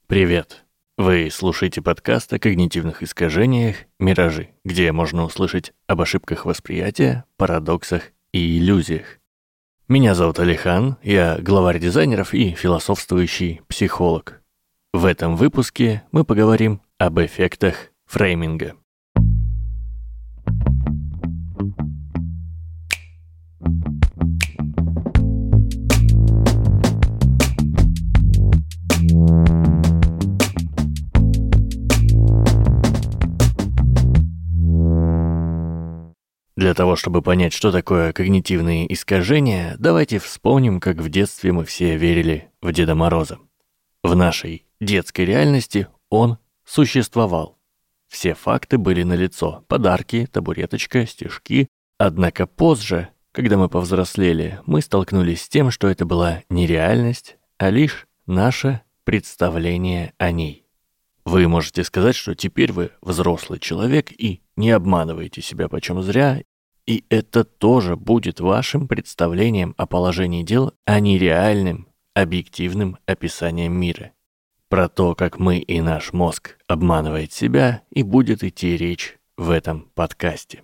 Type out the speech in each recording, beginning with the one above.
Привет! Вы слушаете подкаст о когнитивных искажениях «Миражи», где можно услышать об ошибках восприятия, парадоксах и иллюзиях. Меня зовут Алихан, я главарь дизайнеров и философствующий психолог. В этом выпуске мы поговорим об эффектах фрейминга. Для того, чтобы понять, что такое когнитивные искажения, давайте вспомним, как в детстве мы все верили в Деда Мороза. В нашей детской реальности он существовал. Все факты были налицо: подарки, табуреточка, стишки. Однако позже, когда мы повзрослели, мы столкнулись с тем, что это была не реальность, а лишь наше представление о ней. Вы можете сказать, что теперь вы взрослый человек и не обманываете себя почем зря, и это тоже будет вашим представлением о положении дел, а не реальным, объективным описанием мира. Про то, как мы и наш мозг обманывает себя, и будет идти речь в этом подкасте.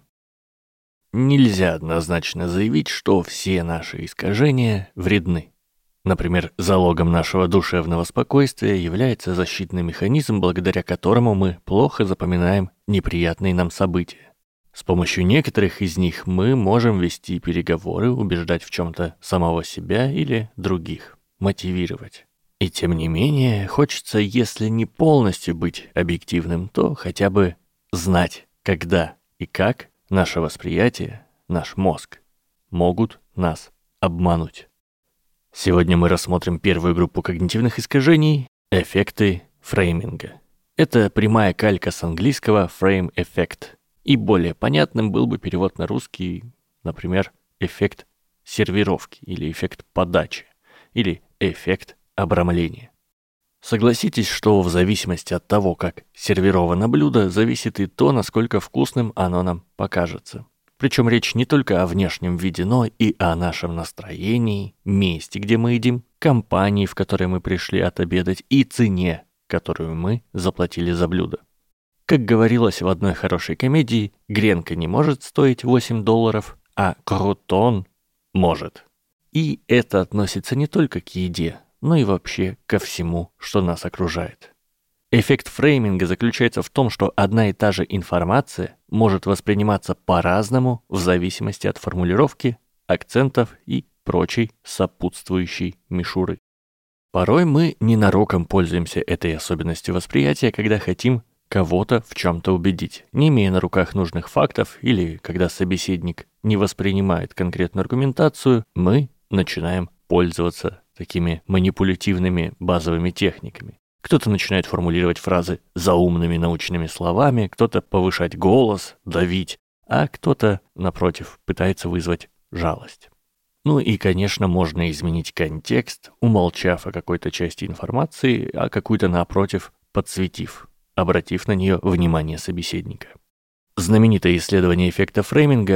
Нельзя однозначно заявить, что все наши искажения вредны. Например, залогом нашего душевного спокойствия является защитный механизм, благодаря которому мы плохо запоминаем неприятные нам события. С помощью некоторых из них мы можем вести переговоры, убеждать в чем-то самого себя или других, мотивировать. И тем не менее, хочется, если не полностью быть объективным, то хотя бы знать, когда и как наше восприятие, наш мозг могут нас обмануть. Сегодня мы рассмотрим первую группу когнитивных искажений – эффекты фрейминга. Это прямая калька с английского frame effect, и более понятным был бы перевод на русский, например, эффект сервировки или эффект подачи, или эффект обрамления. Согласитесь, что в зависимости от того, как сервировано блюдо, зависит и то, насколько вкусным оно нам покажется. Причем речь не только о внешнем виде, но и о нашем настроении, месте, где мы едим, компании, в которой мы пришли отобедать, и цене, которую мы заплатили за блюдо. Как говорилось в одной хорошей комедии, гренка не может стоить $8, а крутон может. И это относится не только к еде, но и вообще ко всему, что нас окружает. Эффект фрейминга заключается в том, что одна и та же информация может восприниматься по-разному в зависимости от формулировки, акцентов и прочей сопутствующей мишуры. Порой мы ненароком пользуемся этой особенностью восприятия, когда хотим кого-то в чем-то убедить, не имея на руках нужных фактов, или когда собеседник не воспринимает конкретную аргументацию, мы начинаем пользоваться такими манипулятивными базовыми техниками. Кто-то начинает формулировать фразы заумными научными словами, кто-то повышать голос, давить, а кто-то, напротив, пытается вызвать жалость. Ну и, конечно, можно изменить контекст, умолчав о какой-то части информации, а какую-то, напротив, подсветив, обратив на нее внимание собеседника. Знаменитое исследование эффекта фрейминга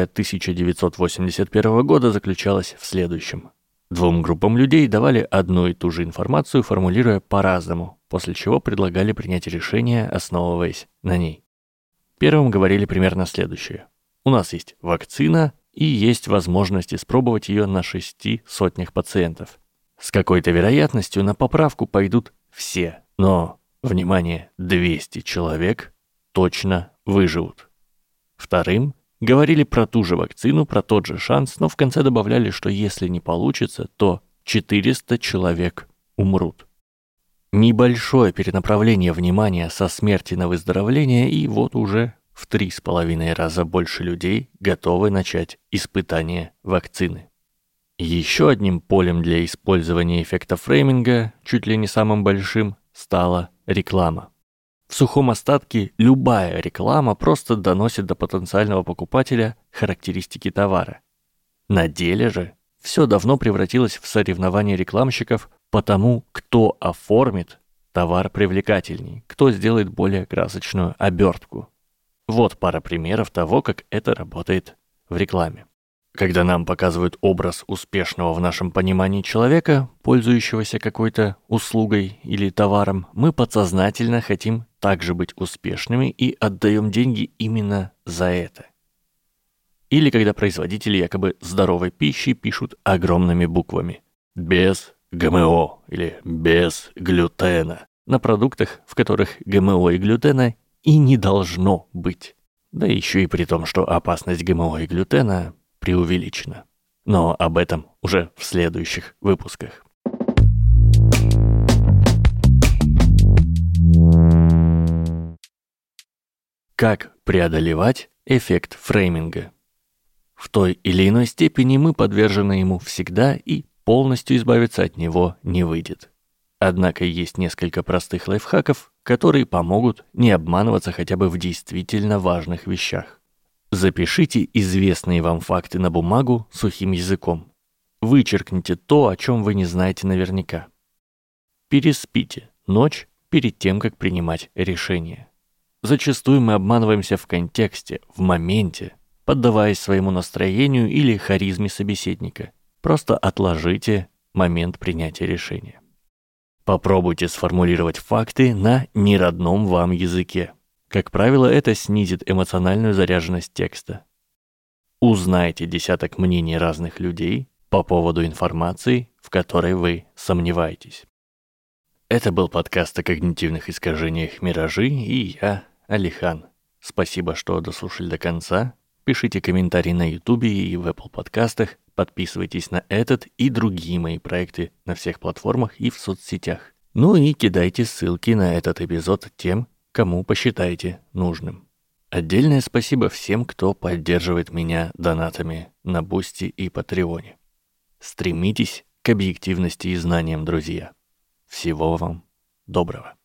1981 года заключалось в следующем. Двум группам людей давали одну и ту же информацию, формулируя по-разному, после чего предлагали принять решение, основываясь на ней. Первым говорили примерно следующее. У нас есть вакцина и есть возможность испробовать ее на 6 сотнях пациентов. С какой-то вероятностью на поправку пойдут все, но, внимание, 200 человек точно выживут. Вторым говорили про ту же вакцину, про тот же шанс, но в конце добавляли, что если не получится, то 400 человек умрут. Небольшое перенаправление внимания со смерти на выздоровление, и вот уже в 3,5 раза больше людей готовы начать испытание вакцины. Еще одним полем для использования эффекта фрейминга, чуть ли не самым большим, стала реклама. В сухом остатке любая реклама просто доносит до потенциального покупателя характеристики товара. На деле же все давно превратилось в соревнование рекламщиков по тому, кто оформит товар привлекательней, кто сделает более красочную обертку. Вот пара примеров того, как это работает в рекламе. Когда нам показывают образ успешного в нашем понимании человека, пользующегося какой-то услугой или товаром, мы подсознательно хотим также быть успешными и отдаем деньги именно за это. Или когда производители якобы здоровой пищи пишут огромными буквами «без ГМО» или «без глютена» на продуктах, в которых ГМО и глютена и не должно быть. Да еще и при том, что опасность ГМО и глютена преувеличено. Но об этом уже в следующих выпусках. Как преодолевать эффект фрейминга? В той или иной степени мы подвержены ему всегда, и полностью избавиться от него не выйдет. Однако есть несколько простых лайфхаков, которые помогут не обманываться хотя бы в действительно важных вещах. Запишите известные вам факты на бумагу сухим языком. Вычеркните то, о чем вы не знаете наверняка. Переспите ночь перед тем, как принимать решение. Зачастую мы обманываемся в контексте, в моменте, поддаваясь своему настроению или харизме собеседника. Просто отложите момент принятия решения. Попробуйте сформулировать факты на неродном вам языке. Как правило, это снизит эмоциональную заряженность текста. Узнайте десяток мнений разных людей по поводу информации, в которой вы сомневаетесь. Это был подкаст о когнитивных искажениях «Миражи» и я, Алихан. Спасибо, что дослушали до конца. Пишите комментарии на YouTube и в Apple подкастах. Подписывайтесь на этот и другие мои проекты на всех платформах и в соцсетях. Ну и кидайте ссылки на этот эпизод тем, кому посчитаете нужным. Отдельное спасибо всем, кто поддерживает меня донатами на Бусти и Патреоне. Стремитесь к объективности и знаниям, друзья. Всего вам доброго.